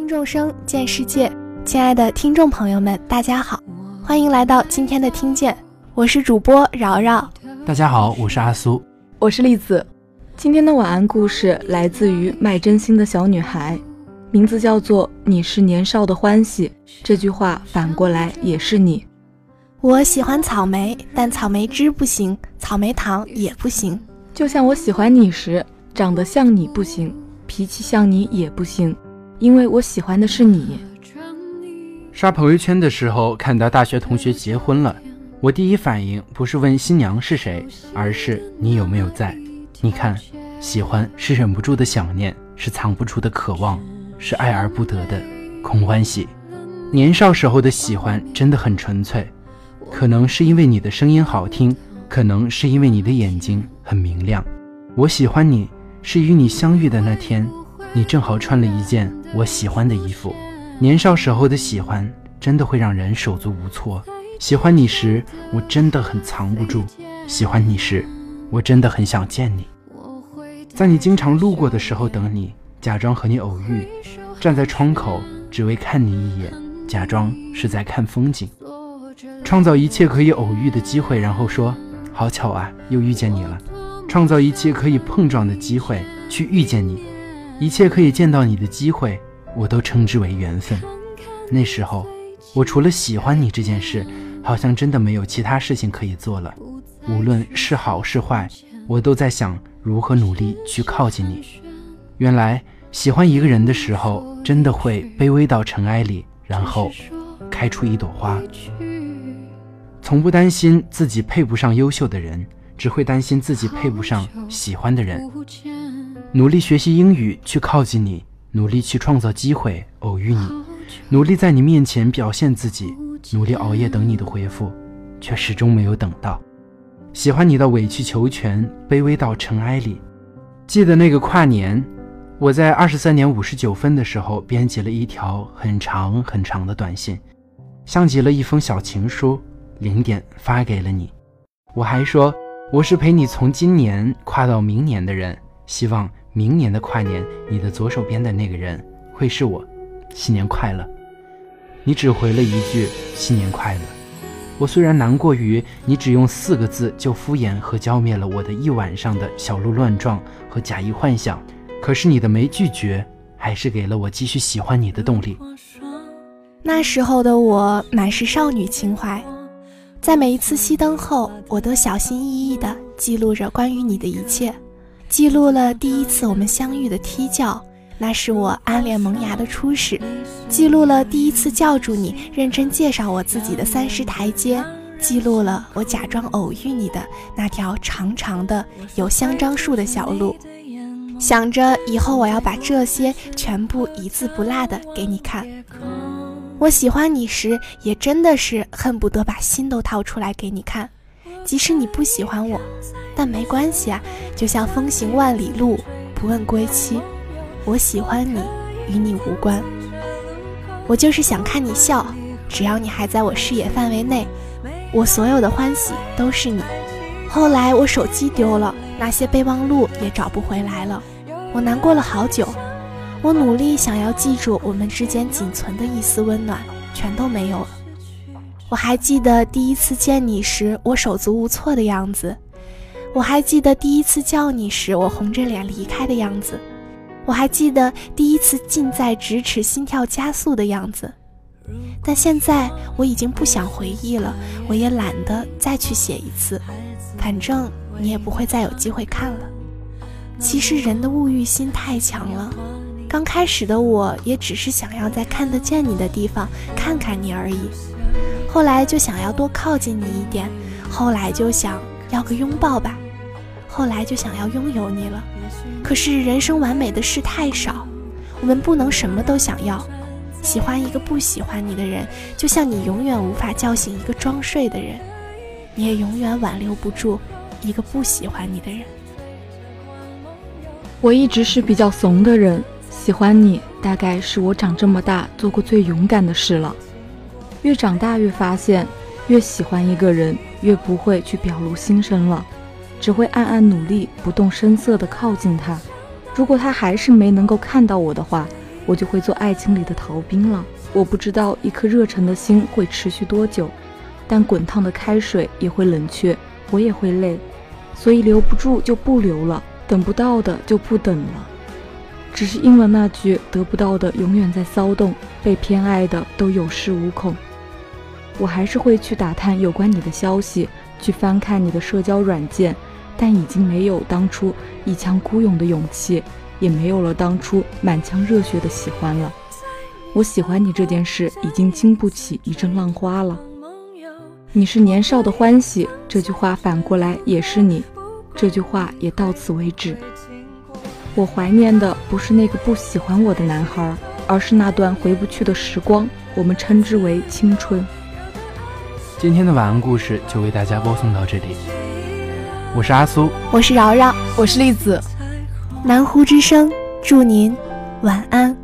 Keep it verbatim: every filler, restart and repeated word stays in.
众生见世界，亲爱的听众朋友们，大家好，欢迎来到今天的听见，我是主播饶饶。 大家好，我是阿苏， 我是栗子。今天的晚安故事来自于卖真心的小女孩，名字叫做你是年少的欢喜，这句话反过来也是你。 我喜欢草莓，但草莓汁不行，草莓糖也不行。 就像我喜欢你时，长得像你不行，脾气像你也不行，因为我喜欢的是你。 刷朋友圈的时候看到大学同学结婚了，我第一反应不是问新娘是谁，而是你有没有在。你看，喜欢是忍不住的想念，是藏不住的渴望，是爱而不得的空欢喜。年少时候的喜欢真的很纯粹，可能是因为你的声音好听，可能是因为你的眼睛很明亮。我喜欢你是与你相遇的那天，你正好穿了一件我喜欢的衣服。年少时候的喜欢真的会让人手足无措，喜欢你时我真的很藏不住，喜欢你时我真的很想见你。在你经常路过的时候等你，假装和你偶遇，站在窗口只为看你一眼，假装是在看风景，创造一切可以偶遇的机会，然后说好巧啊，又遇见你了。创造一切可以碰撞的机会去遇见你，一切可以见到你的机会我都称之为缘分。那时候我除了喜欢你这件事，好像真的没有其他事情可以做了，无论是好是坏，我都在想如何努力去靠近你。原来喜欢一个人的时候，真的会卑微到尘埃里，然后开出一朵花。从不担心自己配不上优秀的人，只会担心自己配不上喜欢的人。努力学习英语去靠近你，努力去创造机会偶遇你，努力在你面前表现自己，努力熬夜等你的回复，却始终没有等到。喜欢你到委曲求全，卑微到尘埃里。记得那个跨年，我在二十三点五十九分的时候编辑了一条很长很长的短信，像极了一封小情书，零点发给了你。我还说我是陪你从今年跨到明年的人，希望明年的跨年你的左手边的那个人会是我，新年快乐。你只回了一句新年快乐。我虽然难过于你只用四个字就敷衍和浇灭了我的一晚上的小鹿乱撞和假意幻想，可是你的没拒绝还是给了我继续喜欢你的动力。 那时候的我满是少女情怀，在每一次熄灯后，我都小心翼翼地记录着关于你的一切，记录了第一次我们相遇的踢叫，那是我暗恋萌芽的初始，记录了第一次叫住你认真介绍我自己的三十台阶，记录了我假装偶遇你的那条长长的有香樟树的小路。想着以后我要把这些全部一字不落的给你看。我喜欢你时也真的是恨不得把心都掏出来给你看，即使你不喜欢我，但没关系啊，就像风行万里路，不问归期。我喜欢你，与你无关。我就是想看你笑，只要你还在我视野范围内，我所有的欢喜都是你。后来我手机丢了，那些备忘录也找不回来了，我难过了好久。我努力想要记住我们之间仅存的一丝温暖，全都没有了。我还记得第一次见你时我手足无措的样子，我还记得第一次叫你时我红着脸离开的样子，我还记得第一次近在咫尺心跳加速的样子。但现在我已经不想回忆了，我也懒得再去写一次，反正你也不会再有机会看了。其实人的物欲心太强了，刚开始的我也只是想要在看得见你的地方看看你而已，后来就想要多靠近你一点，后来就想要个拥抱吧，后来就想要拥有你了。可是人生完美的事太少，我们不能什么都想要。喜欢一个不喜欢你的人，就像你永远无法叫醒一个装睡的人，你也永远挽留不住一个不喜欢你的人。 我一直是比较怂的人，喜欢你大概是我长这么大做过最勇敢的事了。越长大越发现，越喜欢一个人越不会去表露心声了，只会暗暗努力不动声色地靠近他。如果他还是没能够看到我的话， 我就会做爱情里的逃兵了。我不知道一颗热忱的心会持续多久，但滚烫的开水也会冷却，我也会累，所以留不住就不留了，等不到的就不等了。只是应了那句得不到的永远在骚动，被偏爱的都有恃无恐。我还是会去打探有关你的消息，去翻看你的社交软件，但已经没有当初一腔孤勇的勇气，也没有了当初满腔热血的喜欢了。我喜欢你这件事已经经不起一阵浪花了。你是年少的欢喜，这句话反过来也是你，这句话也到此为止。我怀念的不是那个不喜欢我的男孩，而是那段回不去的时光，我们称之为青春。 今天的晚安故事就为大家播送到这里，我是阿苏， 我是瑶瑶， 我是栗子。 南湖之声，祝您晚安。